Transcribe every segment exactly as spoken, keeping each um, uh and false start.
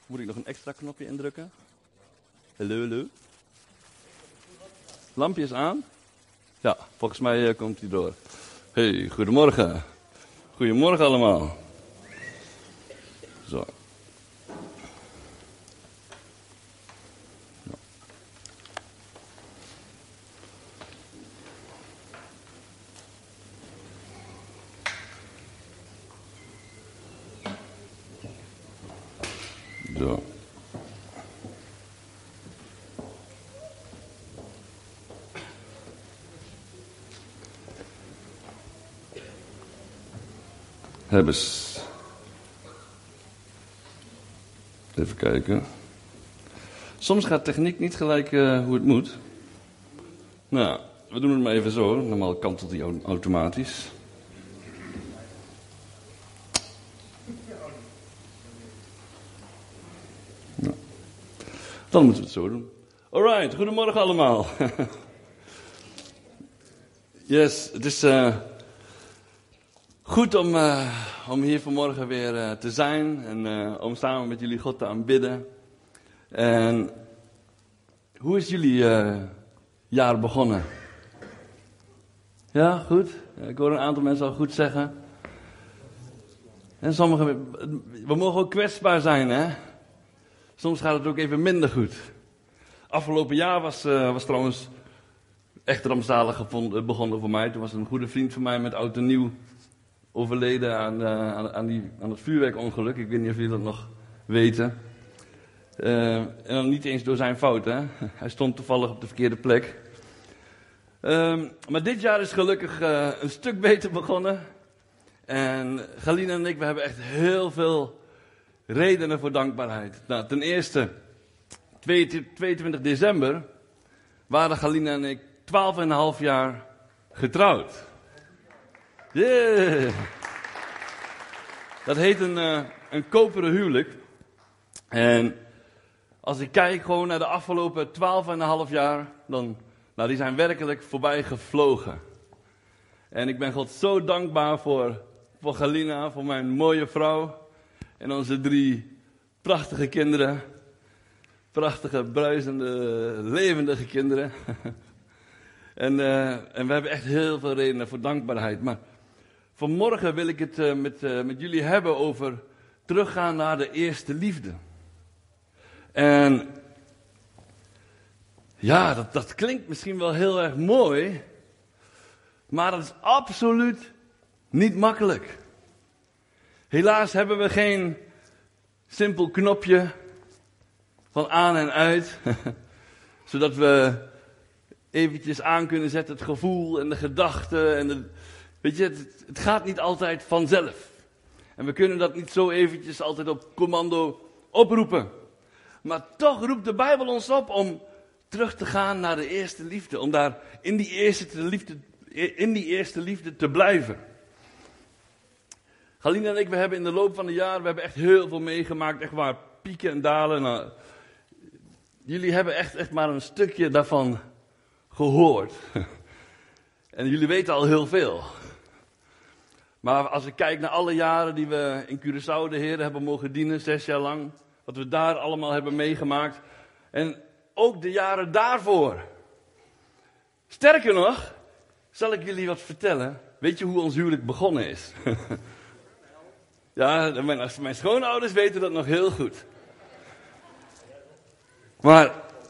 Moet ik nog een extra knopje indrukken? Hallo, hallo. Lampje is aan? Ja, volgens mij uh, komt hij door. Hey, goedemorgen. Goedemorgen allemaal. Zo. Zo. Hebbes. Even kijken. Soms gaat techniek niet gelijk uh, hoe het moet. Nou, we doen het maar even zo. Normaal kantelt hij automatisch. Nou. Dan moeten we het zo doen. Alright, goedemorgen allemaal. Yes, het is uh, goed om, uh, om hier vanmorgen weer uh, te zijn en uh, om samen met jullie God te aanbidden. En hoe is jullie uh, jaar begonnen? Ja, goed. Ik hoor een aantal mensen al goed zeggen. En sommigen, we mogen ook kwetsbaar zijn, hè? Soms gaat het ook even minder goed. Afgelopen jaar was, uh, was trouwens echt rampzalig gevonden, begonnen voor mij. Toen was een goede vriend van mij met oud en nieuw overleden aan, uh, aan, aan, die, aan het vuurwerkongeluk. Ik weet niet of jullie dat nog weten. Uh, en dan niet eens door zijn fout, hè. Hij stond toevallig op de verkeerde plek. Uh, maar dit jaar is gelukkig uh, een stuk beter begonnen. En Galina en ik, we hebben echt heel veel redenen voor dankbaarheid. Nou, ten eerste, tweeëntwintig december waren Galina en ik twaalf en een half jaar getrouwd. Yeah. Dat heet een, uh, een koperen huwelijk. En als ik kijk gewoon naar de afgelopen twaalf en een half jaar, dan, nou, die zijn werkelijk voorbij gevlogen. En ik ben God zo dankbaar voor, voor Galina, voor mijn mooie vrouw en onze drie prachtige kinderen. Prachtige, bruisende, levendige kinderen. en, uh, en we hebben echt heel veel redenen voor dankbaarheid. Maar vanmorgen wil ik het uh, met, uh, met jullie hebben over teruggaan naar de eerste liefde. En ja, dat, dat klinkt misschien wel heel erg mooi, maar dat is absoluut niet makkelijk. Helaas hebben we geen simpel knopje van aan en uit, zodat we eventjes aan kunnen zetten het gevoel en de gedachten. En de, weet je, het, het gaat niet altijd vanzelf. En we kunnen dat niet zo eventjes altijd op commando oproepen. Maar toch roept de Bijbel ons op om terug te gaan naar de eerste liefde. Om daar in die eerste liefde, in die eerste liefde te blijven. Galina en ik, we hebben in de loop van de jaren, we hebben echt heel veel meegemaakt. Echt waar, pieken en dalen. Nou, jullie hebben echt, echt maar een stukje daarvan gehoord. En jullie weten al heel veel. Maar als ik kijk naar alle jaren die we in Curaçao de Heer hebben mogen dienen, zes jaar lang. Wat we daar allemaal hebben meegemaakt. En ook de jaren daarvoor. Sterker nog, zal ik jullie wat vertellen. Weet je hoe ons huwelijk begonnen is? Ja, mijn, mijn schoonouders weten dat nog heel goed. Maar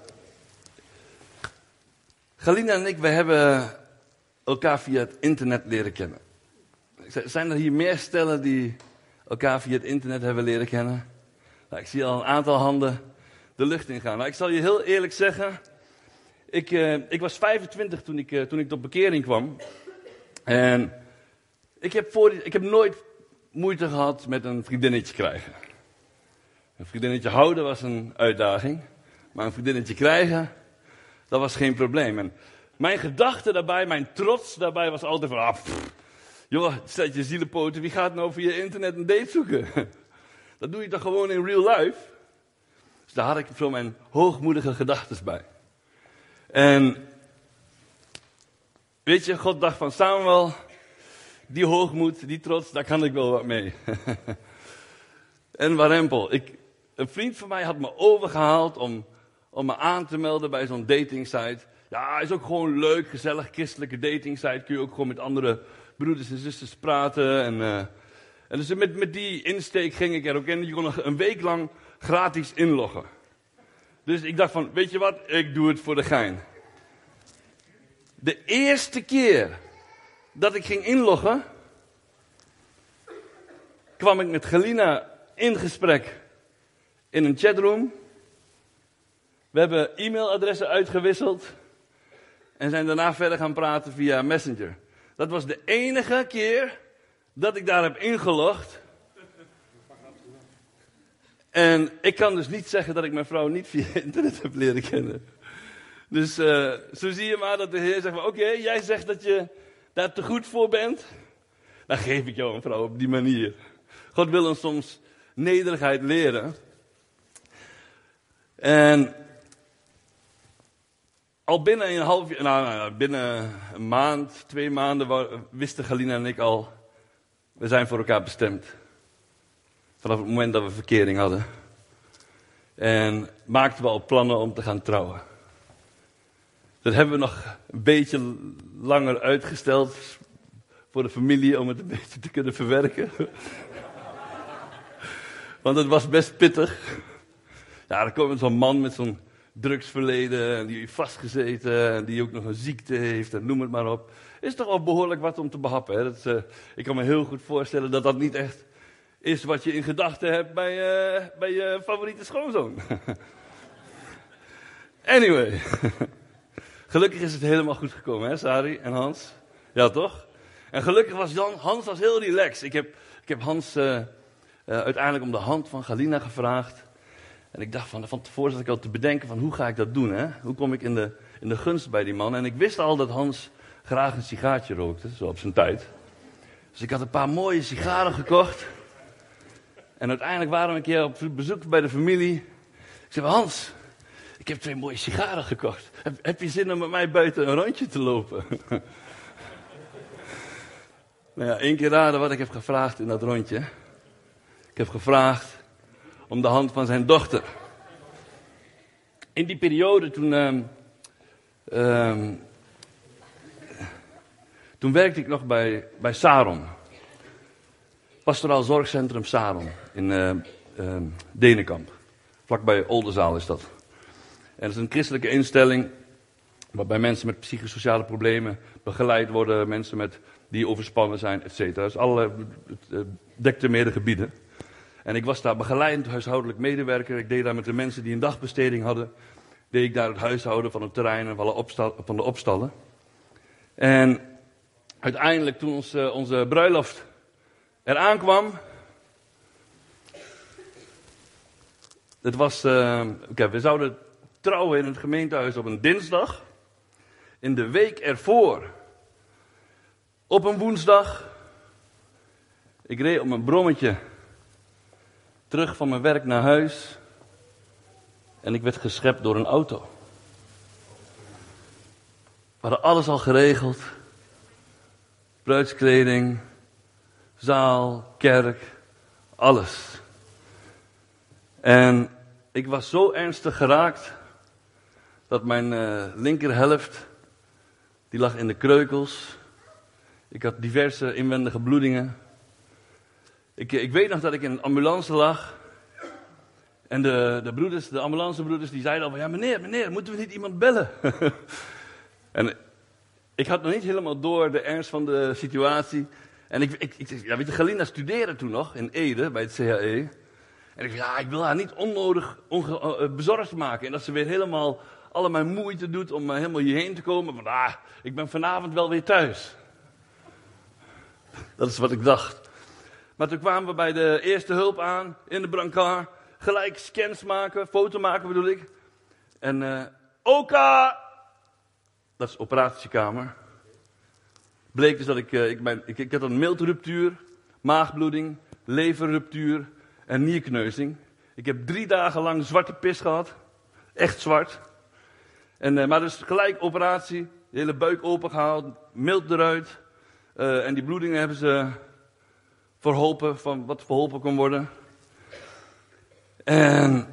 Galina en ik, we hebben elkaar via het internet leren kennen. Zijn er hier meer stellen die elkaar via het internet hebben leren kennen? Nou, ik zie al een aantal handen de lucht ingaan. Nou, ik zal je heel eerlijk zeggen. Ik, uh, ik was vijfentwintig toen ik, uh, toen ik tot bekering kwam. En ik heb, voor, ik heb nooit moeite gehad met een vriendinnetje krijgen. Een vriendinnetje houden was een uitdaging. Maar een vriendinnetje krijgen, dat was geen probleem. En mijn gedachte daarbij, mijn trots daarbij was altijd van... Ah, pff, joh, zet je zielenpoten, wie gaat nou via internet een date zoeken? Dat doe je toch gewoon in real life? Dus daar had ik zo mijn hoogmoedige gedachten bij. En weet je, God dacht van Samuel, die hoogmoed, die trots, daar kan ik wel wat mee. En warempel, ik, een vriend van mij had me overgehaald om, om me aan te melden bij zo'n datingsite. Ja, is ook gewoon leuk, gezellig, christelijke datingsite. Kun je ook gewoon met andere broeders en zusters praten. En, uh, en dus met, met die insteek ging ik er ook in. Je kon nog een week lang gratis inloggen. Dus ik dacht van, weet je wat, ik doe het voor de gein. De eerste keer dat ik ging inloggen, kwam ik met Galina in gesprek in een chatroom. We hebben e-mailadressen uitgewisseld en zijn daarna verder gaan praten via Messenger. Dat was de enige keer dat ik daar heb ingelogd. En ik kan dus niet zeggen dat ik mijn vrouw niet via internet heb leren kennen. Dus uh, zo zie je maar dat de Heer zegt van, oké, okay, jij zegt dat je daar te goed voor bent. Dan geef ik jou een vrouw op die manier. God wil ons soms nederigheid leren. En al binnen een half jaar, nou, nou binnen een maand, twee maanden wisten Galina en ik al, we zijn voor elkaar bestemd. Vanaf het moment dat we verkering hadden. En maakten we al plannen om te gaan trouwen. Dat hebben we nog een beetje langer uitgesteld voor de familie om het een beetje te kunnen verwerken. Want het was best pittig. Ja, er komt zo'n man met zo'n drugsverleden en die heeft vastgezeten en die ook nog een ziekte heeft en noem het maar op. Is toch wel behoorlijk wat om te behappen. Hè? Dat is, uh, ik kan me heel goed voorstellen dat dat niet echt is wat je in gedachten hebt bij, uh, bij je favoriete schoonzoon. Anyway. Gelukkig is het helemaal goed gekomen, hè, Sari en Hans? Ja, toch? En gelukkig was Jan, Hans was heel relaxed. Ik heb, ik heb Hans uh, uh, uiteindelijk om de hand van Galina gevraagd. En ik dacht van, van tevoren zat ik al te bedenken van hoe ga ik dat doen, hè? Hoe kom ik in de, in de gunst bij die man? En ik wist al dat Hans graag een sigaartje rookte, zo op zijn tijd. Dus ik had een paar mooie sigaren gekocht. En uiteindelijk waren we een keer op bezoek bij de familie. Ik zei, Hans, ik heb twee mooie sigaren gekocht. Heb, heb je zin om met mij buiten een rondje te lopen? Nou ja, één keer raden wat ik heb gevraagd in dat rondje. Ik heb gevraagd om de hand van zijn dochter. In die periode toen, um, um, toen werkte ik nog bij, bij Saron. Pastoraal Zorgcentrum Saron in uh, uh, Denenkamp. Vlakbij Oldenzaal is dat. En dat is een christelijke instelling waarbij mensen met psychosociale problemen begeleid worden. Mensen met, die overspannen zijn, et cetera. Dus alle, het uh, dekte meerdere gebieden. En ik was daar begeleidend huishoudelijk medewerker. Ik deed daar met de mensen die een dagbesteding hadden. Deed ik daar het huishouden van het terrein en van de, opstal, van de opstallen. En uiteindelijk toen ons, uh, onze bruiloft eraan kwam. Het was, uh, okay, we zouden trouwen in het gemeentehuis op een dinsdag. In de week ervoor, op een woensdag. Ik reed op mijn brommetje terug van mijn werk naar huis. En ik werd geschept door een auto. We hadden alles al geregeld. Bruidskleding, zaal, kerk, alles. En ik was zo ernstig geraakt dat mijn uh, linkerhelft, die lag in de kreukels. Ik had diverse inwendige bloedingen. Ik, ik weet nog dat ik in een ambulance lag. En de, de broeders, de ambulancebroeders, die zeiden al van, ja meneer, meneer, moeten we niet iemand bellen? En ik had nog niet helemaal door de ernst van de situatie. En ik, ik, ik ja, weet je, Galina studeerde toen nog in Ede, bij het C H E. En ik dacht, ja, ik wil haar niet onnodig onge, uh, bezorgd maken. En dat ze weer helemaal alle mijn moeite doet om uh, helemaal hierheen te komen. Want ah, ik ben vanavond wel weer thuis. Dat is wat ik dacht. Maar toen kwamen we bij de eerste hulp aan, in de brancard. Gelijk scans maken, foto maken bedoel ik. En uh, Oka, dat is operatiekamer. Bleek dus dat ik, uh, ik, mijn, ik, ik had een mildruptuur, maagbloeding, leverruptuur en nierkneuzing. Ik heb drie dagen lang zwarte pis gehad. Echt zwart. En, uh, maar dus gelijk operatie, de hele buik opengehaald, mild eruit. Uh, en die bloedingen hebben ze verholpen van wat verholpen kon worden. En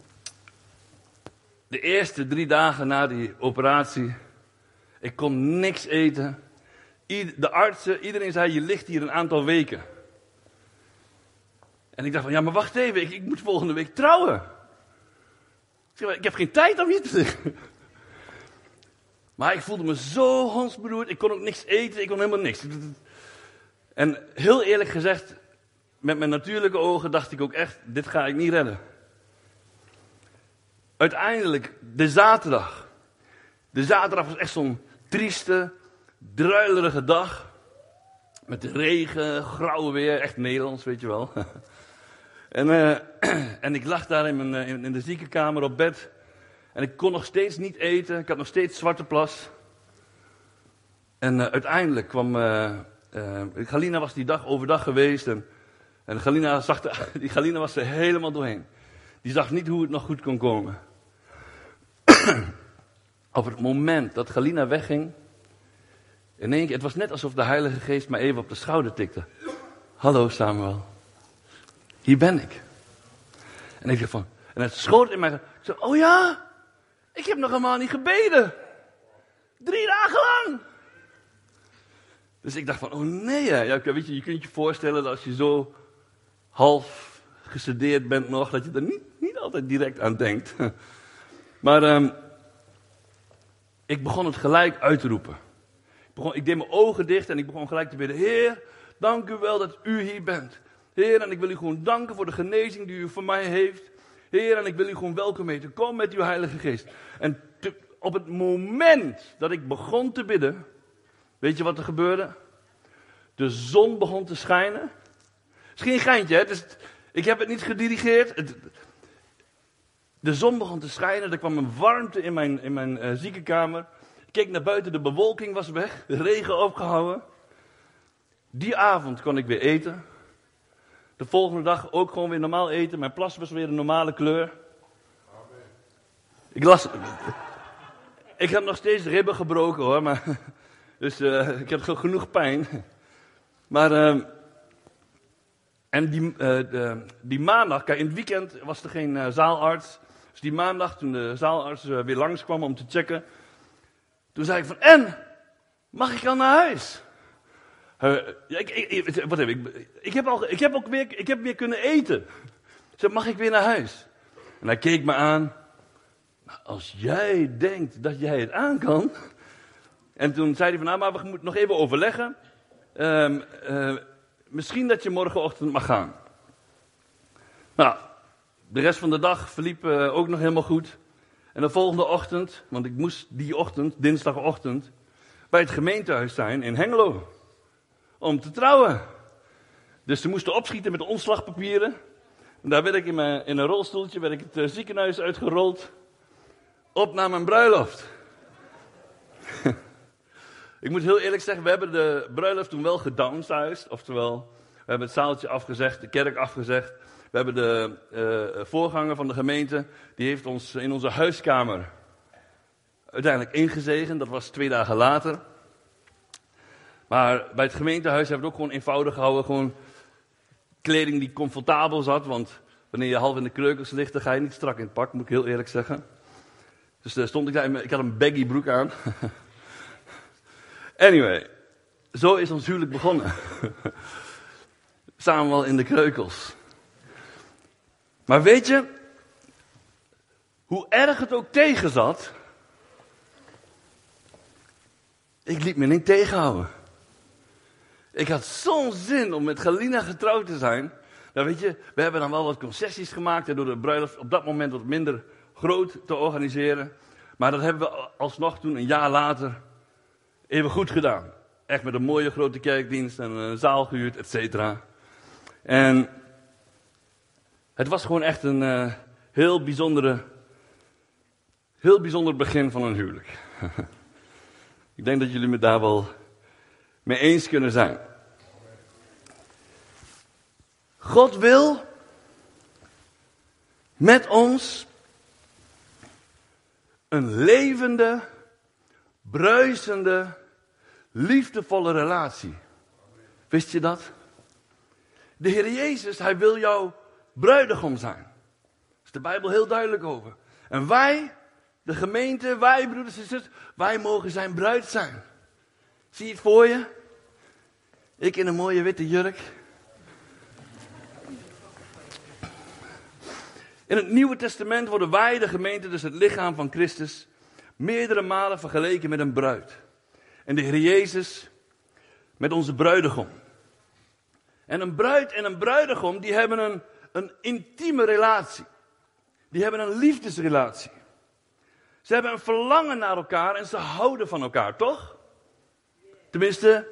de eerste drie dagen na die operatie, ik kon niks eten. De artsen, iedereen zei, je ligt hier een aantal weken. En ik dacht van, ja, maar wacht even, ik, ik moet volgende week trouwen. Ik zeg, ik heb geen tijd om hier te liggen. Maar ik voelde me zo hondsberoerd, ik kon ook niks eten, ik kon helemaal niks. En heel eerlijk gezegd, met mijn natuurlijke ogen dacht ik ook echt, dit ga ik niet redden. Uiteindelijk, de zaterdag. De zaterdag was echt zo'n trieste, druilerige dag. Met de regen, grauw weer, echt Nederlands, weet je wel. en, uh, en ik lag daar in, mijn, in, in de ziekenkamer op bed. En ik kon nog steeds niet eten, ik had nog steeds zwarte plas. En uh, uiteindelijk kwam, uh, uh, Galina was die dag overdag geweest. En, en Galina zag de, die Galina was er helemaal doorheen. Die zag niet hoe het nog goed kon komen. Op het moment dat Galina wegging, in één keer, het was net alsof de Heilige Geest mij even op de schouder tikte. Hallo Samuel, hier ben ik. En ik dacht van, en het schoot in mij. Ik zei, oh ja, ik heb nog helemaal niet gebeden. Drie dagen lang. Dus ik dacht van, oh nee, ja, weet je, je kunt je voorstellen dat als je zo half gesedeerd bent nog, dat je er niet, niet altijd direct aan denkt. Maar um, ik begon het gelijk uit te roepen. Ik, begon, ik deed mijn ogen dicht en ik begon gelijk te bidden. Heer, dank u wel dat u hier bent. Heer, en ik wil u gewoon danken voor de genezing die u voor mij heeft. Heer, en ik wil u gewoon welkom heten. Kom met uw Heilige Geest. En te, op het moment dat ik begon te bidden, weet je wat er gebeurde? De zon begon te schijnen. Het is geen geintje, hè? Het is, ik heb het niet gedirigeerd. Het, de zon begon te schijnen, er kwam een warmte in mijn, in mijn uh, ziekenkamer. Ik keek naar buiten, de bewolking was weg, de regen opgehouden. Die avond kon ik weer eten. De volgende dag ook gewoon weer normaal eten. Mijn plas was weer een normale kleur. Amen. Ik las... ik heb nog steeds ribben gebroken hoor, maar... dus uh, ik heb genoeg pijn. Maar... Uh, en die, uh, de, die maandag, kijk, in het weekend was er geen uh, zaalarts. Dus die maandag, toen de zaalarts uh, weer langskwam om te checken. Toen zei ik van, en? Mag ik al naar huis? Uh, ja, ik, ik, wat heb ik? Ik heb, al, ik heb ook weer, ik heb weer kunnen eten. Ik zei, mag ik weer naar huis? En hij keek me aan. Nou, als jij denkt dat jij het aan kan. En toen zei hij van, nou, maar we moeten nog even overleggen. Um, uh, misschien dat je morgenochtend mag gaan. Nou, de rest van de dag verliep uh, ook nog helemaal goed. En de volgende ochtend, want ik moest die ochtend, dinsdagochtend, bij het gemeentehuis zijn in Hengelo. Om te trouwen. Dus ze moesten opschieten met de omslagpapieren. En daar werd ik in, mijn, in een rolstoeltje, werd ik het uh, ziekenhuis uitgerold. Op naar mijn bruiloft. Ik moet heel eerlijk zeggen, we hebben de bruiloft toen wel gedownsized. Oftewel, we hebben het zaaltje afgezegd, de kerk afgezegd. We hebben de uh, voorganger van de gemeente, die heeft ons in onze huiskamer uiteindelijk ingezegend. Dat was twee dagen later. Maar bij het gemeentehuis hebben we het ook gewoon eenvoudig gehouden. Gewoon kleding die comfortabel zat. Want wanneer je half in de kreukels ligt, dan ga je niet strak in het pak, moet ik heel eerlijk zeggen. Dus uh, stond ik daar, ik had een baggy broek aan. Anyway, zo is ons huwelijk begonnen. Samen wel in de kreukels. Maar weet je, hoe erg het ook tegen zat, ik liet me niet tegenhouden. Ik had zo'n zin om met Galina getrouwd te zijn. Nou weet je, we hebben dan wel wat concessies gemaakt, door de bruiloft op dat moment wat minder groot te organiseren. Maar dat hebben we alsnog toen een jaar later even goed gedaan. Echt met een mooie grote kerkdienst en een zaal gehuurd, et cetera. En het was gewoon echt een uh, heel bijzondere, heel bijzonder begin van een huwelijk. Ik denk dat jullie me daar wel mee eens kunnen zijn. God wil met ons een levende, bruisende, liefdevolle relatie. Wist je dat? De Heer Jezus, hij wil jouw bruidegom zijn. is de Bijbel heel duidelijk over. En wij, de gemeente, wij broeders en zusters, wij mogen zijn bruid zijn. Zie je het voor je? Ik in een mooie witte jurk. In het Nieuwe Testament worden wij, de gemeente, dus het lichaam van Christus, meerdere malen vergeleken met een bruid. En de Heer Jezus met onze bruidegom. En een bruid en een bruidegom, die hebben een, een intieme relatie. Die hebben een liefdesrelatie. Ze hebben een verlangen naar elkaar en ze houden van elkaar, toch? Tenminste,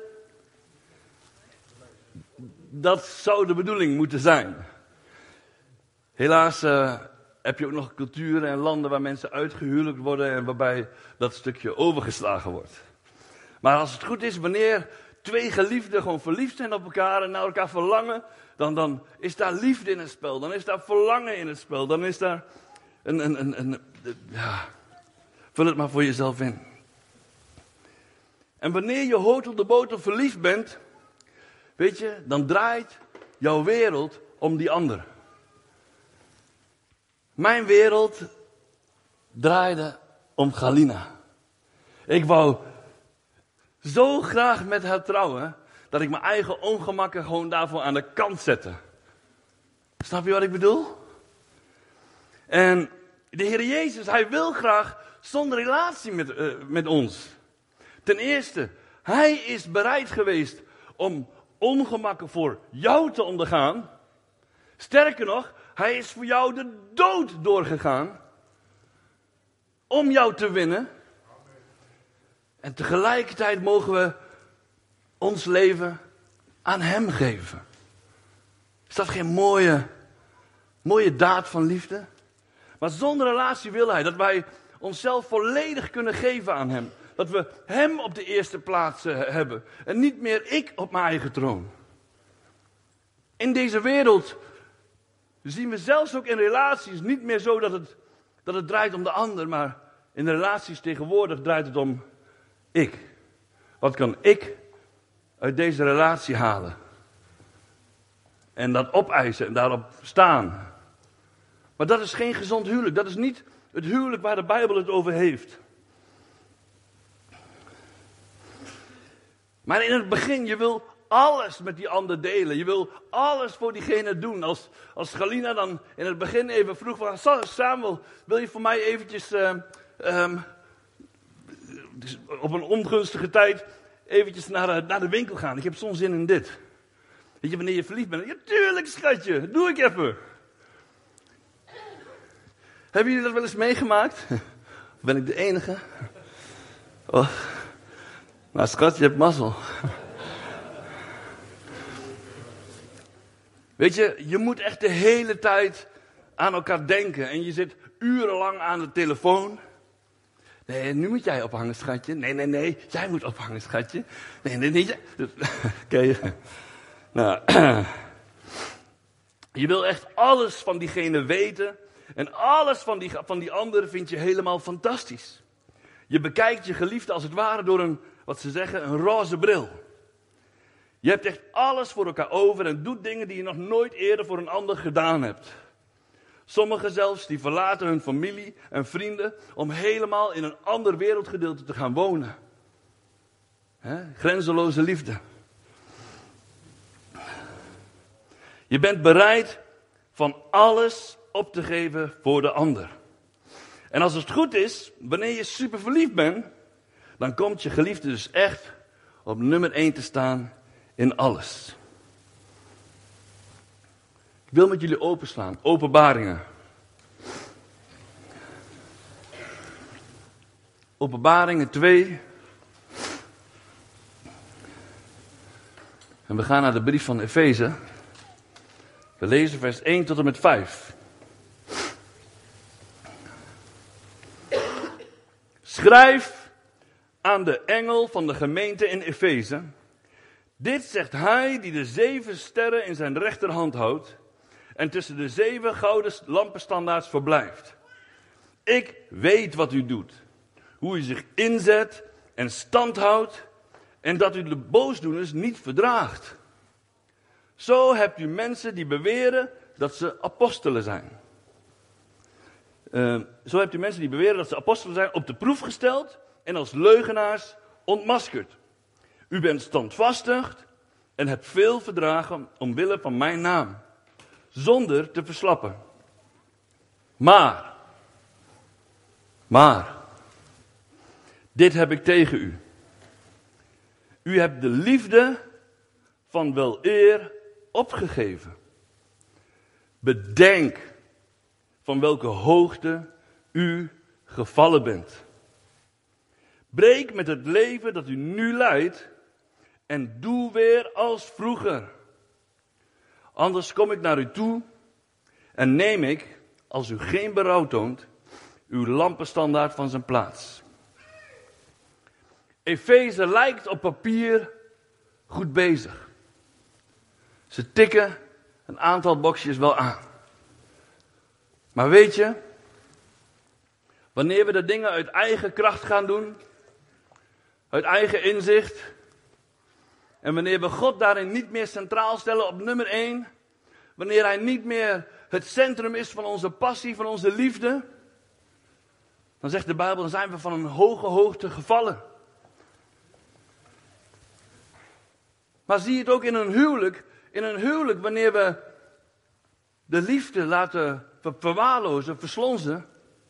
dat zou de bedoeling moeten zijn. Helaas uh, heb je ook nog culturen en landen waar mensen uitgehuwelijkd worden en waarbij dat stukje overgeslagen wordt. Maar als het goed is, wanneer twee geliefden gewoon verliefd zijn op elkaar en naar elkaar verlangen, dan, dan is daar liefde in het spel. Dan is daar verlangen in het spel. Dan is daar een, een, een, een, een ja, vul het maar voor jezelf in. En wanneer je hotel de botel verliefd bent, weet je, dan draait jouw wereld om die ander. Mijn wereld draaide om Galina. Ik wou zo graag met haar trouwen, dat ik mijn eigen ongemakken gewoon daarvoor aan de kant zette. Snap je wat ik bedoel? En de Heer Jezus, hij wil graag zonder relatie met, uh, met ons. Ten eerste, hij is bereid geweest om ongemakken voor jou te ondergaan. Sterker nog, hij is voor jou de dood doorgegaan. Om jou te winnen. En tegelijkertijd mogen we ons leven aan hem geven. Is dat geen mooie, mooie daad van liefde? Maar zonder relatie wil hij dat wij onszelf volledig kunnen geven aan hem. Dat we hem op de eerste plaats hebben. En niet meer ik op mijn eigen troon. In deze wereld zien we zelfs ook in relaties niet meer zo dat het, dat het draait om de ander. Maar in de relaties tegenwoordig draait het om ik. Wat kan ik uit deze relatie halen? En dat opeisen en daarop staan. Maar dat is geen gezond huwelijk. Dat is niet het huwelijk waar de Bijbel het over heeft. Maar in het begin, je wil alles met die ander delen. Je wil alles voor diegene doen. Als, als Galina dan in het begin even vroeg van Samuel, wil je voor mij eventjes uh, um, op een ongunstige tijd eventjes naar, naar de winkel gaan. Ik heb zo'n zin in dit. Weet je, wanneer je verliefd bent? Ja, tuurlijk schatje, doe ik even. Hebben jullie dat wel eens meegemaakt? Of ben ik de enige? Oh. Maar schat, je hebt mazzel. Weet je, je moet echt de hele tijd aan elkaar denken. En je zit urenlang aan de telefoon. Nee, nu moet jij ophangen, schatje. Nee, nee, nee, jij moet ophangen, schatje. Nee, nee, nee, jij... Oké. Nou, je wil echt alles van diegene weten. En alles van die, van die andere vind je helemaal fantastisch. Je bekijkt je geliefde als het ware door een, wat ze zeggen, een roze bril. Je hebt echt alles voor elkaar over en doet dingen die je nog nooit eerder voor een ander gedaan hebt. Sommigen zelfs die verlaten hun familie en vrienden om helemaal in een ander wereldgedeelte te gaan wonen. He? Grenzeloze liefde. Je bent bereid van alles op te geven voor de ander. En als het goed is, wanneer je super verliefd bent, dan komt je geliefde dus echt op nummer één te staan in alles. Ik wil met jullie openslaan. Openbaringen. Openbaringen twee. En we gaan naar de brief van Efeze. We lezen vers één tot en met vijf. Schrijf aan de engel van de gemeente in Efeze. Dit zegt hij die de zeven sterren in zijn rechterhand houdt en tussen de zeven gouden lampenstandaards verblijft. Ik weet wat u doet, hoe u zich inzet en stand houdt en dat u de boosdoeners niet verdraagt. Zo hebt u mensen die beweren dat ze apostelen zijn. Uh, zo hebt u mensen die beweren dat ze apostelen zijn op de proef gesteld en als leugenaars ontmaskerd. U bent standvastig en hebt veel verdragen omwille van mijn naam, zonder te verslappen. Maar, maar, dit heb ik tegen u. U hebt de liefde van weleer opgegeven. Bedenk van welke hoogte u gevallen bent. Breek met het leven dat u nu leidt en doe weer als vroeger. Anders kom ik naar u toe en neem ik, als u geen berouw toont, uw lampenstandaard van zijn plaats. Efeze lijkt op papier goed bezig. Ze tikken een aantal boxjes wel aan. Maar weet je, wanneer we de dingen uit eigen kracht gaan doen, uit eigen inzicht, en wanneer we God daarin niet meer centraal stellen op nummer één, wanneer Hij niet meer het centrum is van onze passie, van onze liefde, dan zegt de Bijbel, dan zijn we van een hoge hoogte gevallen. Maar zie je het ook in een huwelijk, in een huwelijk wanneer we de liefde laten verwaarlozen, verslonzen.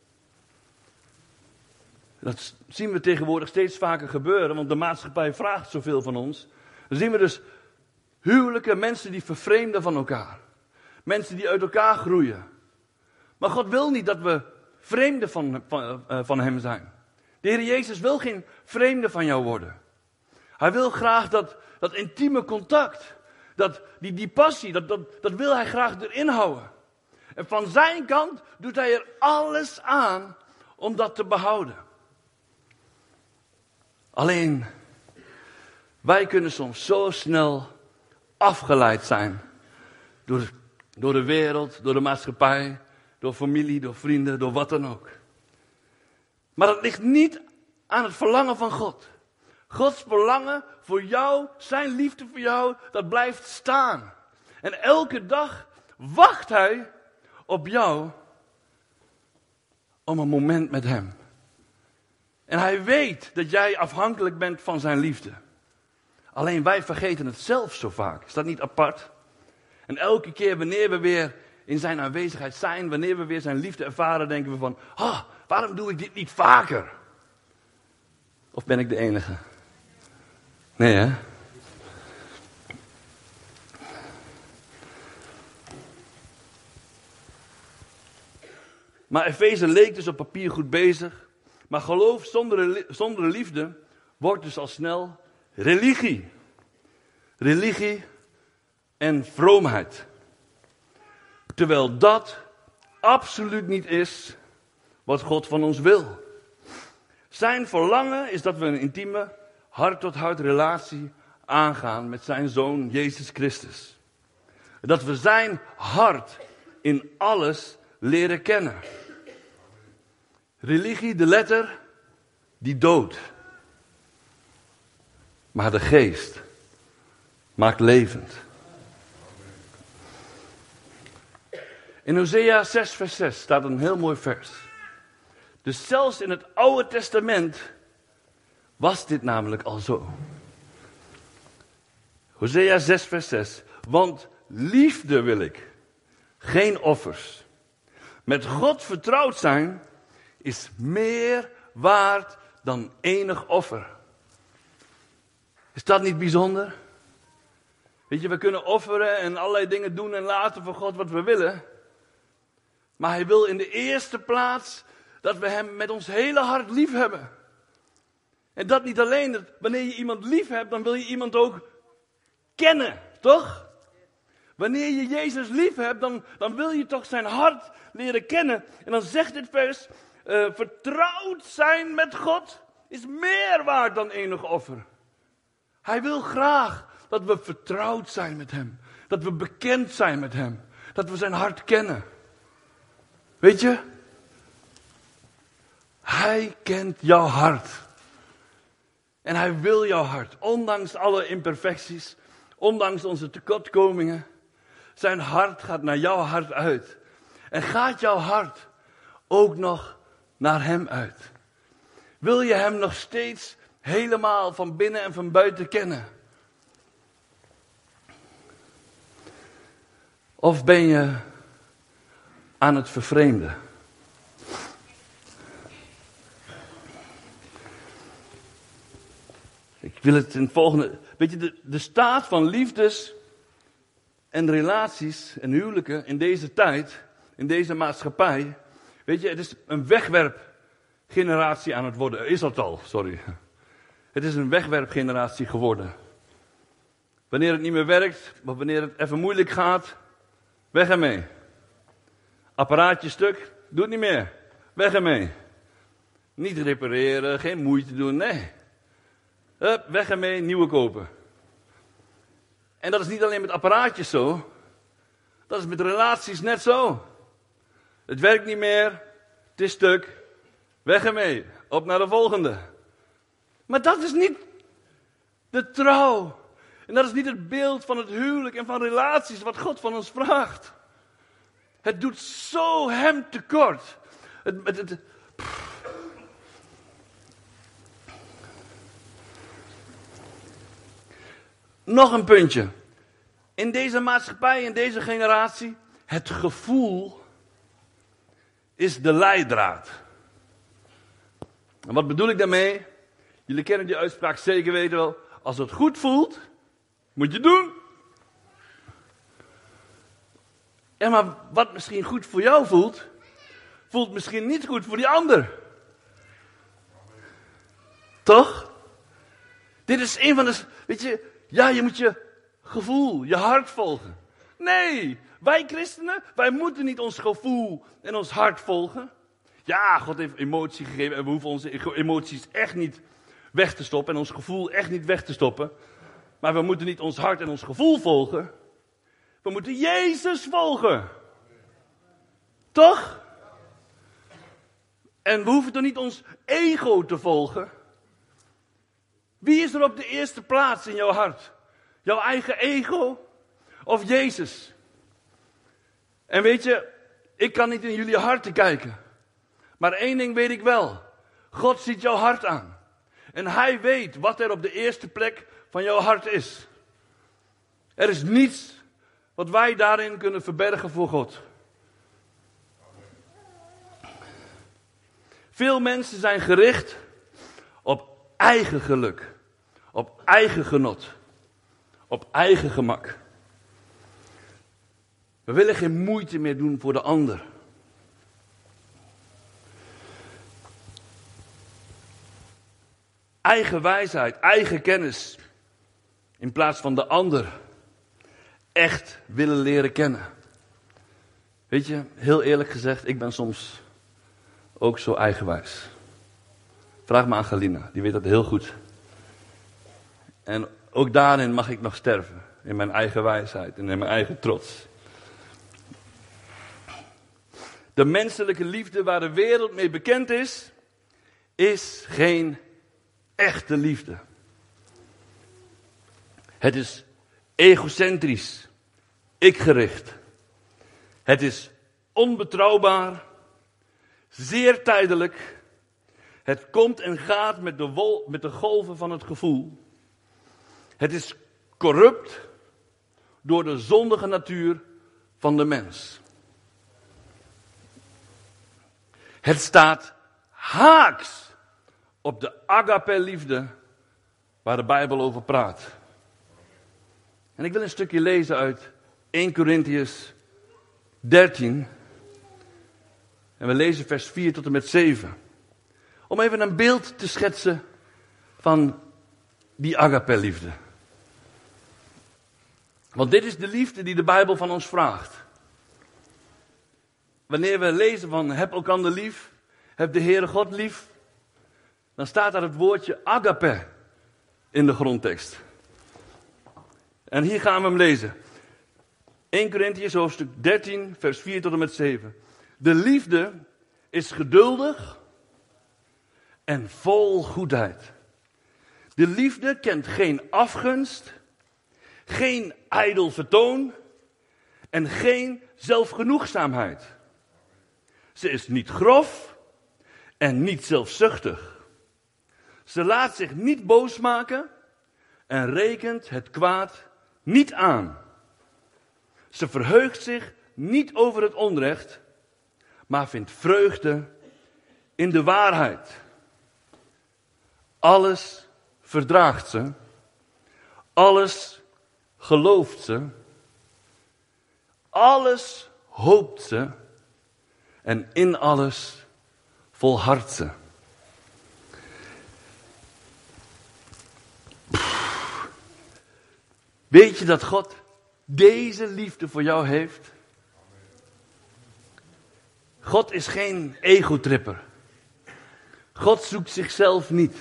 Dat zien we tegenwoordig steeds vaker gebeuren, want de maatschappij vraagt zoveel van ons. Dan zien we dus huwelijken, mensen die vervreemden van elkaar. Mensen die uit elkaar groeien. Maar God wil niet dat we vreemden van, van, uh, van hem zijn. De Heer Jezus wil geen vreemde van jou worden. Hij wil graag dat, dat intieme contact, dat, die, die passie, dat, dat, dat wil hij graag erin houden. En van zijn kant doet hij er alles aan om dat te behouden. Alleen, wij kunnen soms zo snel afgeleid zijn door, door de wereld, door de maatschappij, door familie, door vrienden, door wat dan ook. Maar dat ligt niet aan het verlangen van God. Gods verlangen voor jou, zijn liefde voor jou, dat blijft staan. En elke dag wacht hij op jou om een moment met hem. En hij weet dat jij afhankelijk bent van zijn liefde. Alleen wij vergeten het zelf zo vaak. Is dat niet apart? En elke keer wanneer we weer in zijn aanwezigheid zijn, wanneer we weer zijn liefde ervaren, denken we van, ah, waarom doe ik dit niet vaker? Of ben ik de enige? Nee, hè? Maar Efeze leek dus op papier goed bezig. Maar geloof zonder, zonder liefde wordt dus al snel religie. Religie en vroomheid. Terwijl dat absoluut niet is wat God van ons wil. Zijn verlangen is dat we een intieme hart-tot-hart relatie aangaan met zijn Zoon Jezus Christus. Dat we zijn hart in alles leren kennen. Religie, de letter, die doodt. Maar de geest maakt levend. In Hosea zes vers zes staat een heel mooi vers. Dus zelfs in het Oude Testament was dit namelijk al zo. Hosea zes vers zes. Want liefde wil ik, geen offers. Met God vertrouwd zijn is meer waard dan enig offer. Is dat niet bijzonder? Weet je, we kunnen offeren en allerlei dingen doen en laten voor God wat we willen. Maar hij wil in de eerste plaats dat we hem met ons hele hart lief hebben. En dat niet alleen, dat wanneer je iemand lief hebt, dan wil je iemand ook kennen, toch? Wanneer je Jezus lief hebt, dan, dan wil je toch zijn hart leren kennen. En dan zegt dit vers, uh, vertrouwd zijn met God is meer waard dan enig offer. Hij wil graag dat we vertrouwd zijn met hem. Dat we bekend zijn met hem. Dat we zijn hart kennen. Weet je? Hij kent jouw hart. En hij wil jouw hart. Ondanks alle imperfecties. Ondanks onze tekortkomingen. Zijn hart gaat naar jouw hart uit. En gaat jouw hart ook nog naar hem uit? Wil je hem nog steeds helemaal van binnen en van buiten kennen? Of ben je aan het vervreemden? Ik wil het in het volgende... Weet je, de, de staat van liefdes en relaties en huwelijken in deze tijd, in deze maatschappij. Weet je, het is een wegwerpgeneratie aan het worden. Is dat al, sorry. Het is een wegwerpgeneratie geworden. Wanneer het niet meer werkt, of wanneer het even moeilijk gaat, weg ermee. Apparaatje stuk, doe het niet meer. Weg ermee. Niet repareren, geen moeite doen, nee. Hup, weg ermee, nieuwe kopen. En dat is niet alleen met apparaatjes zo. Dat is met relaties net zo. Het werkt niet meer, het is stuk. Weg ermee, op naar de volgende. Maar dat is niet de trouw. En dat is niet het beeld van het huwelijk en van relaties wat God van ons vraagt. Het doet zo hem tekort. Het, het, het, Nog een puntje. In deze maatschappij, in deze generatie, het gevoel is de leidraad. En wat bedoel ik daarmee? Jullie kennen die uitspraak zeker weten wel. Als het goed voelt, moet je doen. Ja, maar wat misschien goed voor jou voelt, voelt misschien niet goed voor die ander. Toch? Dit is een van de... Weet je, ja, je moet je gevoel, je hart volgen. Nee, wij christenen, wij moeten niet ons gevoel en ons hart volgen. Ja, God heeft emotie gegeven en we hoeven onze emoties echt niet weg te stoppen en ons gevoel echt niet weg te stoppen. Maar we moeten niet ons hart en ons gevoel volgen. We moeten Jezus volgen. Toch? En we hoeven toch niet ons ego te volgen. Wie is er op de eerste plaats in jouw hart? Jouw eigen ego of Jezus? En weet je, ik kan niet in jullie harten kijken. Maar één ding weet ik wel. God ziet jouw hart aan. En hij weet wat er op de eerste plek van jouw hart is. Er is niets wat wij daarin kunnen verbergen voor God. Veel mensen zijn gericht op eigen geluk. Op eigen genot. Op eigen gemak. We willen geen moeite meer doen voor de ander. Eigen wijsheid, eigen kennis. In plaats van de ander echt willen leren kennen. Weet je, heel eerlijk gezegd, ik ben soms ook zo eigenwijs. Vraag me aan Galina, die weet dat heel goed. En ook daarin mag ik nog sterven. In mijn eigen wijsheid en in mijn eigen trots. De menselijke liefde waar de wereld mee bekend is, is geen echte liefde. Het is egocentrisch, ikgericht. Het is onbetrouwbaar, zeer tijdelijk. Het komt en gaat met de, wol, met de golven van het gevoel. Het is corrupt door de zondige natuur van de mens. Het staat haaks op de agape-liefde waar de Bijbel over praat. En ik wil een stukje lezen uit Eerste Korintiërs dertien. En we lezen vers vier tot en met zeven. Om even een beeld te schetsen van die agape-liefde. Want dit is de liefde die de Bijbel van ons vraagt. Wanneer we lezen van heb elkander lief, heb de Heere God lief, dan staat daar het woordje agape in de grondtekst. En hier gaan we hem lezen. Eerste Korintiërs hoofdstuk dertien, vers vier tot en met zeven. De liefde is geduldig en vol goedheid. De liefde kent geen afgunst, geen ijdel vertoon en geen zelfgenoegzaamheid. Ze is niet grof en niet zelfzuchtig. Ze laat zich niet boos maken en rekent het kwaad niet aan. Ze verheugt zich niet over het onrecht, maar vindt vreugde in de waarheid. Alles verdraagt ze, alles gelooft ze, alles hoopt ze en in alles volhardt ze. Weet je dat God deze liefde voor jou heeft? God is geen egotripper. God zoekt zichzelf niet.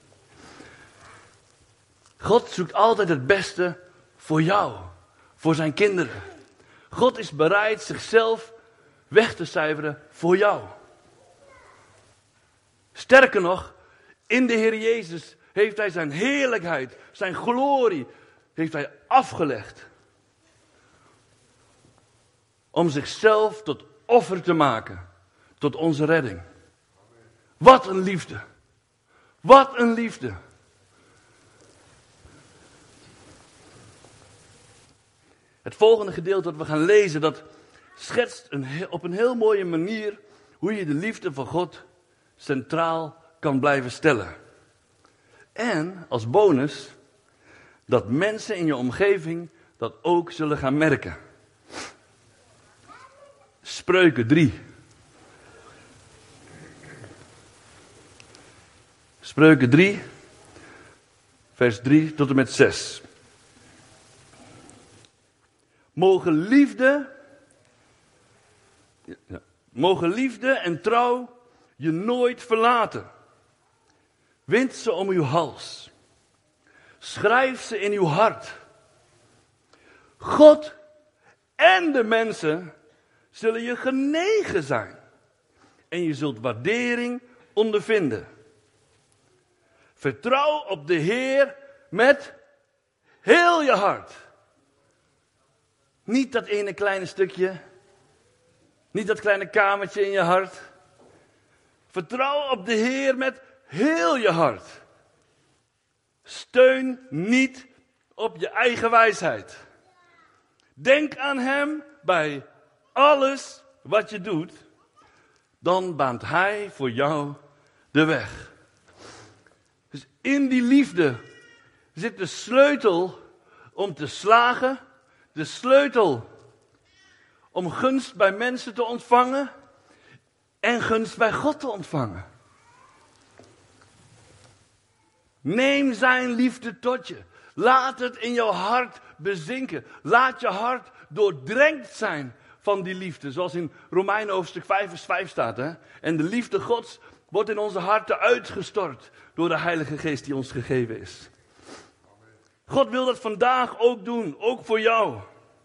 God zoekt altijd het beste voor jou, voor zijn kinderen. God is bereid zichzelf weg te cijferen voor jou. Sterker nog, in de Heer Jezus heeft hij zijn heerlijkheid, zijn glorie, heeft hij afgelegd. Om zichzelf tot offer te maken, tot onze redding. Wat een liefde. Wat een liefde. Het volgende gedeelte dat we gaan lezen, dat schetst een, op een heel mooie manier hoe je de liefde van God centraal kan blijven stellen. En als bonus, dat mensen in je omgeving dat ook zullen gaan merken. Spreuken drie. Spreuken drie, vers drie tot en met zes. Mogen liefde, ja, mogen liefde en trouw je nooit verlaten. Wind ze om uw hals. Schrijf ze in uw hart. God en de mensen zullen je genegen zijn. En je zult waardering ondervinden. Vertrouw op de Heer met heel je hart. Niet dat ene kleine stukje. Niet dat kleine kamertje in je hart. Vertrouw op de Heer met heel je hart. Steun niet op je eigen wijsheid. Denk aan Hem bij alles wat je doet. Dan baant Hij voor jou de weg. Dus in die liefde zit de sleutel om te slagen. De sleutel om gunst bij mensen te ontvangen. En gunst bij God te ontvangen. Neem zijn liefde tot je. Laat het in jouw hart bezinken. Laat je hart doordrenkt zijn van die liefde. Zoals in Romeinen hoofdstuk vijf vers vijf staat. Hè? En de liefde Gods wordt in onze harten uitgestort door de Heilige Geest die ons gegeven is. God wil dat vandaag ook doen, ook voor jou.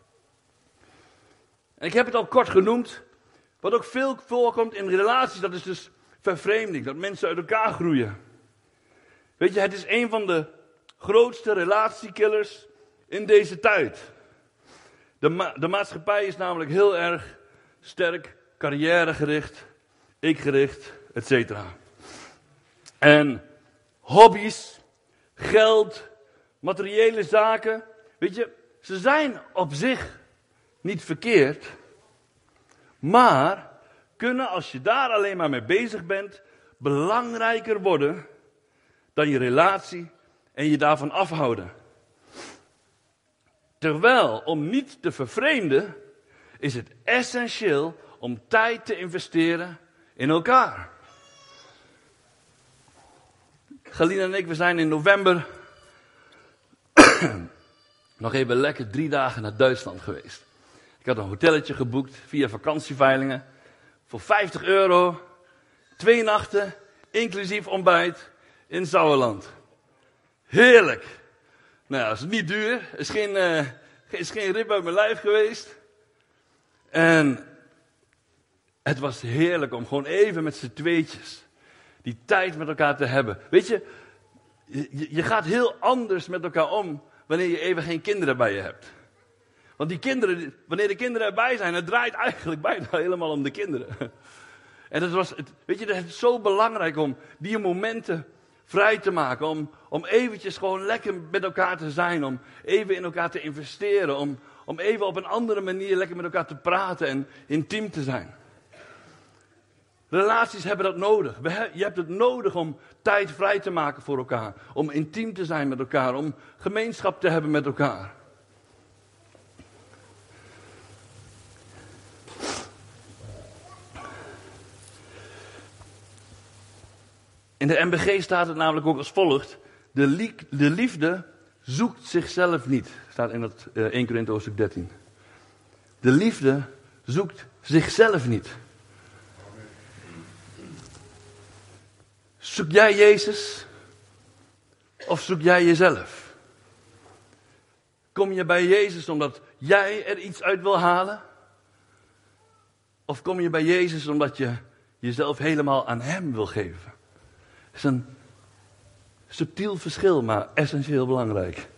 En ik heb het al kort genoemd. Wat ook veel voorkomt in relaties, dat is dus vervreemding. Dat mensen uit elkaar groeien. Weet je, het is een van de grootste relatiekillers in deze tijd. De, ma- de maatschappij is namelijk heel erg sterk carrièregericht, ikgericht, et cetera. En hobby's, geld, materiële zaken, weet je, ze zijn op zich niet verkeerd, maar kunnen als je daar alleen maar mee bezig bent, belangrijker worden dan je relatie en je daarvan afhouden. Terwijl, om niet te vervreemden, is het essentieel om tijd te investeren in elkaar. Galina en ik, we zijn in november nog even lekker drie dagen naar Duitsland geweest. Ik had een hotelletje geboekt via vakantieveilingen voor vijftig euro. Twee nachten, inclusief ontbijt, in Sauerland. Heerlijk. Nou ja, dat is niet duur. Het is geen, uh, is geen rib uit mijn lijf geweest. En het was heerlijk om gewoon even met z'n tweetjes die tijd met elkaar te hebben. Weet je, je, je gaat heel anders met elkaar om wanneer je even geen kinderen bij je hebt. Want die kinderen, wanneer de kinderen erbij zijn, het draait eigenlijk bijna helemaal om de kinderen. En dat was, het, weet je, het is zo belangrijk om die momenten vrij te maken. Om, om eventjes gewoon lekker met elkaar te zijn. Om even in elkaar te investeren. Om, om even op een andere manier lekker met elkaar te praten en intiem te zijn. Relaties hebben dat nodig. Je hebt het nodig om tijd vrij te maken voor elkaar. Om intiem te zijn met elkaar. Om gemeenschap te hebben met elkaar. In de M B G staat het namelijk ook als volgt. De, li- de liefde zoekt zichzelf niet. Staat in dat uh, eerste Korinthe hoofdstuk dertien. De liefde zoekt zichzelf niet. Zoek jij Jezus? Of zoek jij jezelf? Kom je bij Jezus omdat jij er iets uit wil halen? Of kom je bij Jezus omdat je jezelf helemaal aan Hem wil geven? Het is een subtiel verschil, maar essentieel belangrijk.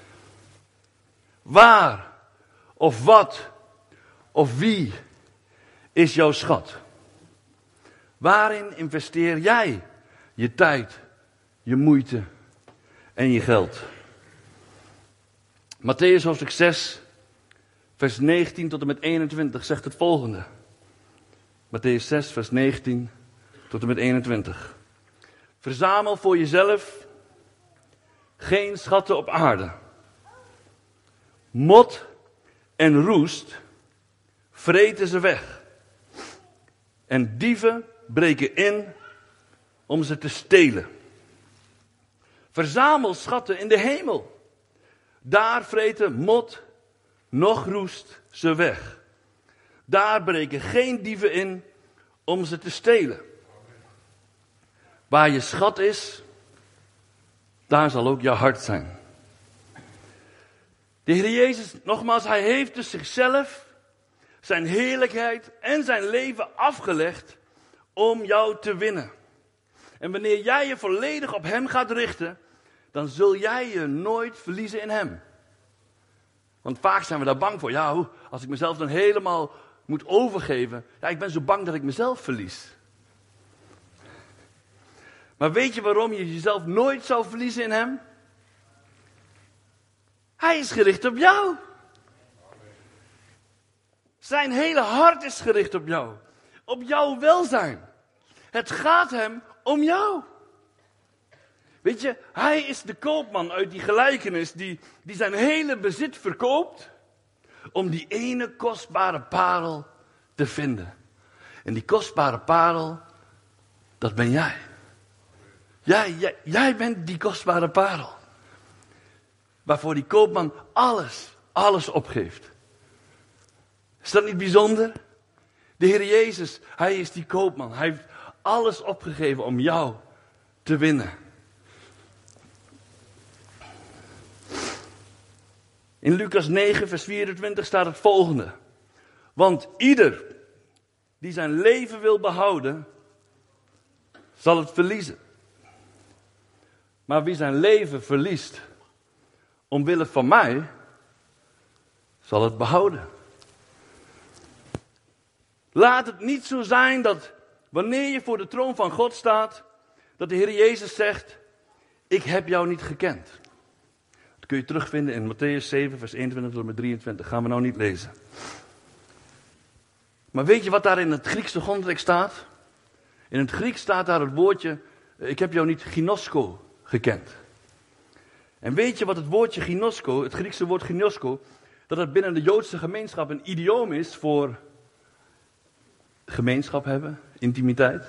Waar of wat of wie is jouw schat? Waarin investeer jij je tijd, je moeite en je geld? Mattheüs hoofdstuk zes, vers negentien tot en met eenentwintig zegt het volgende. Mattheüs zes, vers negentien tot en met eenentwintig. Verzamel voor jezelf geen schatten op aarde. Mot en roest vreten ze weg. En dieven breken in om ze te stelen. Verzamel schatten in de hemel. Daar vreten mot noch roest ze weg. Daar breken geen dieven in om ze te stelen. Waar je schat is, daar zal ook je hart zijn. De Heer Jezus, nogmaals, hij heeft dus zichzelf, zijn heerlijkheid en zijn leven afgelegd om jou te winnen. En wanneer jij je volledig op Hem gaat richten, dan zul jij je nooit verliezen in Hem. Want vaak zijn we daar bang voor. Ja, hoe, als ik mezelf dan helemaal moet overgeven. Ja, ik ben zo bang dat ik mezelf verlies. Maar weet je waarom je jezelf nooit zou verliezen in Hem? Hij is gericht op jou. Zijn hele hart is gericht op jou. Op jouw welzijn. Het gaat Hem om jou. Weet je, Hij is de koopman uit die gelijkenis die, die zijn hele bezit verkoopt om die ene kostbare parel te vinden. En die kostbare parel, dat ben jij. Jij, jij, jij bent die kostbare parel. Waarvoor die koopman alles, alles opgeeft. Is dat niet bijzonder? De Heer Jezus, Hij is die koopman. Hij heeft alles opgegeven om jou te winnen. In Lucas negen, vers vierentwintig staat het volgende. Want ieder die zijn leven wil behouden, zal het verliezen. Maar wie zijn leven verliest, omwille van mij, zal het behouden. Laat het niet zo zijn dat wanneer je voor de troon van God staat, dat de Heer Jezus zegt, ik heb jou niet gekend. Dat kun je terugvinden in Mattheüs zeven, vers eenentwintig tot en met drieëntwintig. Gaan we nou niet lezen. Maar weet je wat daar in het Griekse grondtekst staat? In het Grieks staat daar het woordje, ik heb jou niet ginosko gekend. En weet je wat het woordje ginosko, het Griekse woord ginosko, dat het binnen de Joodse gemeenschap een idioom is voor gemeenschap hebben, intimiteit?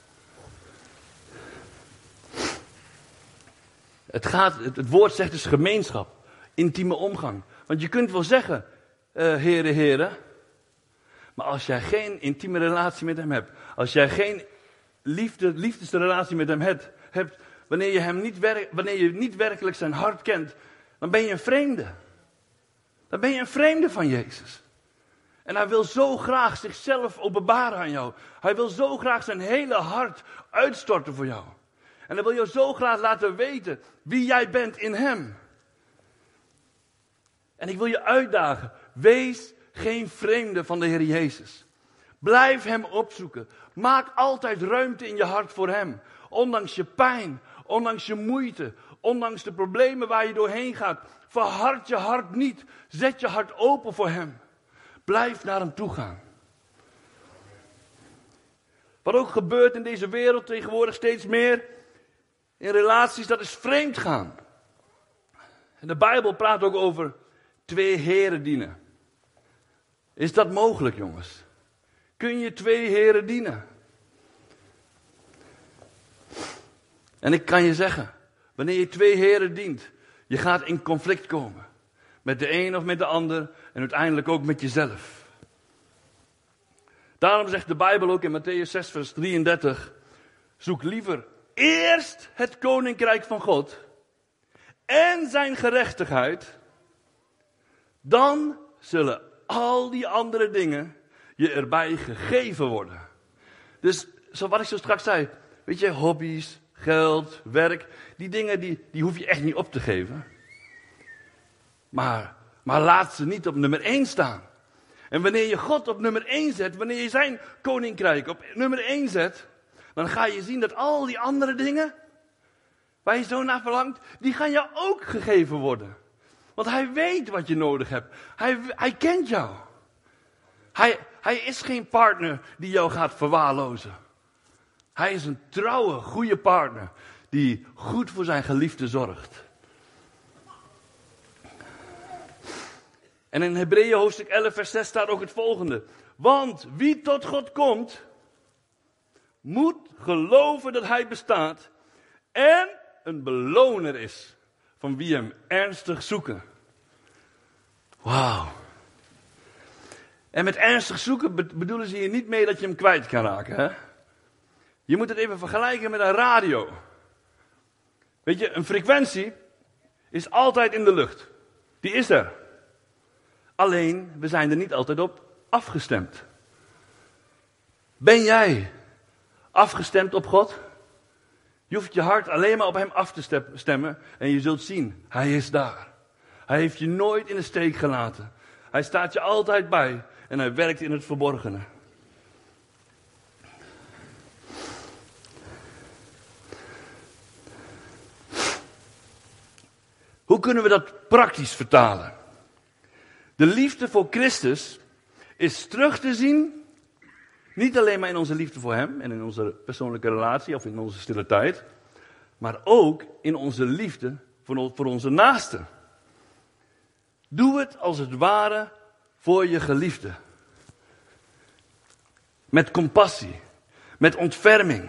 Het, gaat, het, het woord zegt dus gemeenschap, intieme omgang. Want je kunt wel zeggen, uh, heren, heren, maar als jij geen intieme relatie met Hem hebt, als jij geen liefde, liefdesrelatie met Hem hebt, hebt wanneer, je hem niet wer- wanneer je niet werkelijk zijn hart kent, dan ben je een vreemde. Dan ben je een vreemde van Jezus. En Hij wil zo graag zichzelf openbaren aan jou. Hij wil zo graag zijn hele hart uitstorten voor jou. En Hij wil jou zo graag laten weten wie jij bent in Hem. En ik wil je uitdagen, wees geen vreemde van de Heer Jezus. Blijf hem opzoeken. Maak altijd ruimte in je hart voor hem. Ondanks je pijn, ondanks je moeite, ondanks de problemen waar je doorheen gaat. Verhard je hart niet. Zet je hart open voor hem. Blijf naar hem toe gaan. Wat ook gebeurt in deze wereld tegenwoordig steeds meer in relaties, dat is vreemd gaan. En de Bijbel praat ook over twee heren dienen. Is dat mogelijk, jongens? Kun je twee heren dienen? En ik kan je zeggen, wanneer je twee heren dient, je gaat in conflict komen. Met de een of met de ander en uiteindelijk ook met jezelf. Daarom zegt de Bijbel ook in Mattheüs zes vers drieëndertig, zoek liever eerst het koninkrijk van God en zijn gerechtigheid, dan zullen al die andere dingen je erbij gegeven worden. Dus zo wat ik zo straks zei, weet je, hobby's, geld, werk, die dingen die, die hoef je echt niet op te geven. Maar, maar laat ze niet op nummer één staan. En wanneer je God op nummer één zet, wanneer je zijn koninkrijk op nummer één zet, dan ga je zien dat al die andere dingen, waar je zo naar verlangt, die gaan jou ook gegeven worden. Want hij weet wat je nodig hebt. Hij, hij kent jou. Hij, hij is geen partner die jou gaat verwaarlozen. Hij is een trouwe, goede partner die goed voor zijn geliefde zorgt. En in Hebreeën hoofdstuk elf vers zes staat ook het volgende. Want wie tot God komt, moet geloven dat hij bestaat en een beloner is van wie hem ernstig zoeken. Wauw. En met ernstig zoeken bedoelen ze hier niet mee dat je hem kwijt kan raken. Hè? Je moet het even vergelijken met een radio. Weet je, een frequentie is altijd in de lucht. Die is er. Alleen, we zijn er niet altijd op afgestemd. Ben jij afgestemd op God? Je hoeft je hart alleen maar op hem af te stemmen en je zult zien, hij is daar. Hij heeft je nooit in de steek gelaten. Hij staat je altijd bij en hij werkt in het verborgene. Hoe kunnen we dat praktisch vertalen? De liefde voor Christus is terug te zien, niet alleen maar in onze liefde voor hem en in onze persoonlijke relatie of in onze stille tijd, maar ook in onze liefde voor, voor onze naasten. Doe het als het ware voor je geliefde. Met compassie, met ontferming.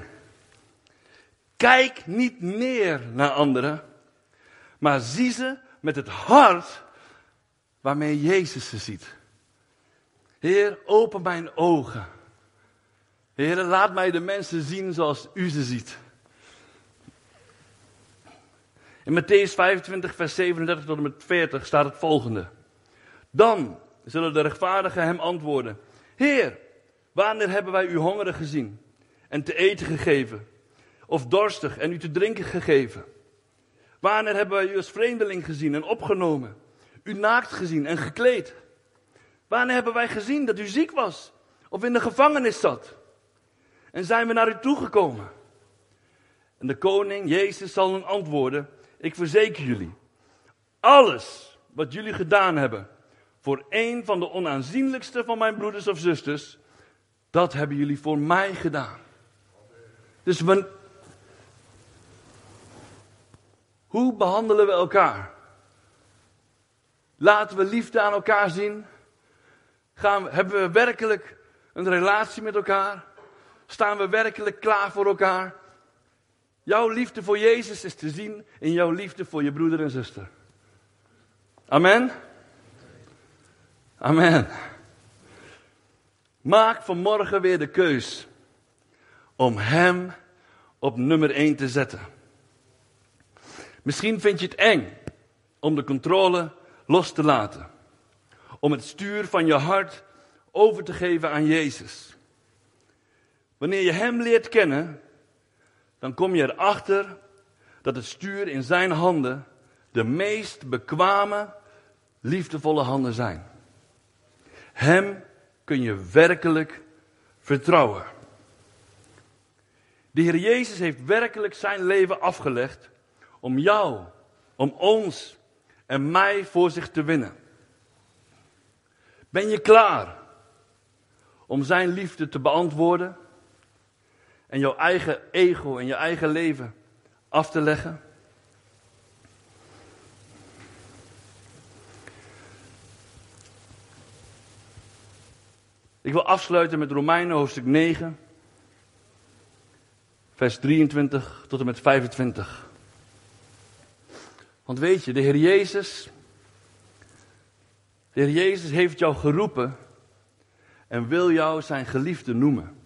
Kijk niet neer naar anderen, maar zie ze met het hart waarmee Jezus ze ziet. Heer, open mijn ogen. Heer, laat mij de mensen zien zoals u ze ziet. In Mattheüs vijfentwintig vers zevenendertig tot en met veertig staat het volgende. Dan zullen de rechtvaardigen hem antwoorden. Heer, wanneer hebben wij u hongerig gezien en te eten gegeven? Of dorstig en u te drinken gegeven? Wanneer hebben wij u als vreemdeling gezien en opgenomen? U naakt gezien en gekleed? Wanneer hebben wij gezien dat u ziek was of in de gevangenis zat? En zijn we naar u toegekomen? En de koning, Jezus, zal dan antwoorden. Ik verzeker jullie, alles wat jullie gedaan hebben voor een van de onaanzienlijkste van mijn broeders of zusters, dat hebben jullie voor mij gedaan. Dus we, hoe behandelen we elkaar? Laten we liefde aan elkaar zien? Gaan we, hebben we werkelijk een relatie met elkaar? Staan we werkelijk klaar voor elkaar? Jouw liefde voor Jezus is te zien in jouw liefde voor je broeder en zuster. Amen? Amen. Maak vanmorgen weer de keus om hem op nummer één te zetten. Misschien vind je het eng om de controle los te laten. Om het stuur van je hart over te geven aan Jezus. Wanneer je hem leert kennen, dan kom je erachter dat het stuur in zijn handen de meest bekwame, liefdevolle handen zijn. Hem kun je werkelijk vertrouwen. De Heer Jezus heeft werkelijk zijn leven afgelegd om jou, om ons en mij voor zich te winnen. Ben je klaar om zijn liefde te beantwoorden en jouw eigen ego en je eigen leven af te leggen? Ik wil afsluiten met Romeinen hoofdstuk negen, vers drieëntwintig tot en met vijfentwintig. Want weet je, de Heer Jezus, de Heer Jezus heeft jou geroepen en wil jou zijn geliefde noemen.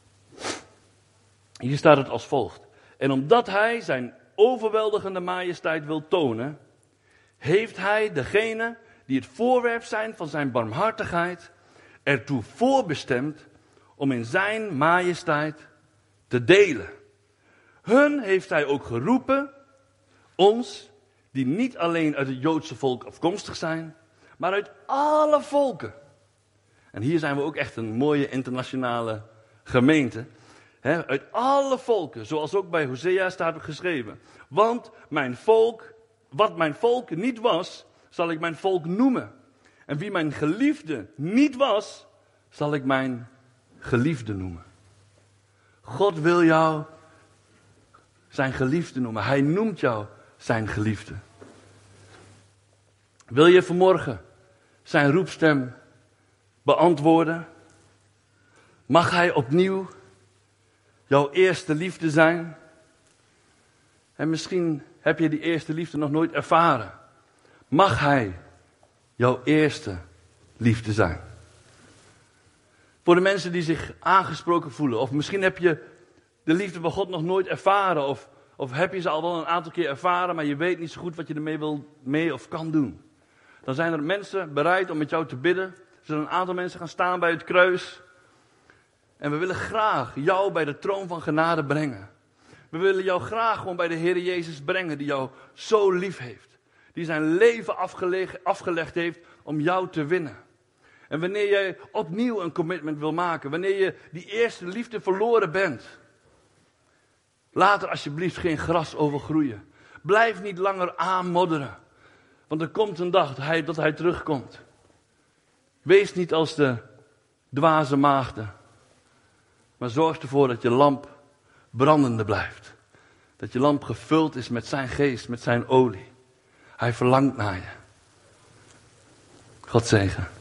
Hier staat het als volgt. En omdat hij zijn overweldigende majesteit wil tonen, heeft hij degene die het voorwerp zijn van zijn barmhartigheid ertoe voorbestemd om in zijn majesteit te delen. Hun heeft hij ook geroepen, ons, die niet alleen uit het Joodse volk afkomstig zijn, maar uit alle volken. En hier zijn we ook echt een mooie internationale gemeente. He, uit alle volken, zoals ook bij Hosea staat geschreven. Want mijn volk, wat mijn volk niet was, zal ik mijn volk noemen. En wie mijn geliefde niet was, zal ik mijn geliefde noemen. God wil jou zijn geliefde noemen. Hij noemt jou zijn geliefde. Wil je vanmorgen zijn roepstem beantwoorden? Mag hij opnieuw jouw eerste liefde zijn? En misschien heb je die eerste liefde nog nooit ervaren. Mag hij jouw eerste liefde zijn? Voor de mensen die zich aangesproken voelen. Of misschien heb je de liefde van God nog nooit ervaren. Of, of heb je ze al wel een aantal keer ervaren, maar je weet niet zo goed wat je ermee wil, mee of kan doen. Dan zijn er mensen bereid om met jou te bidden. Er zullen een aantal mensen gaan staan bij het kruis. En we willen graag jou bij de troon van genade brengen. We willen jou graag gewoon bij de Heer Jezus brengen, die jou zo lief heeft. Die zijn leven afgelegd, afgelegd heeft om jou te winnen. En wanneer jij opnieuw een commitment wil maken, wanneer je die eerste liefde verloren bent, laat er alsjeblieft geen gras over groeien. Blijf niet langer aanmodderen. Want er komt een dag dat hij, dat hij terugkomt. Wees niet als de dwaze maagden. Maar zorg ervoor dat je lamp brandende blijft. Dat je lamp gevuld is met zijn geest, met zijn olie. Hij verlangt naar je. God zegen.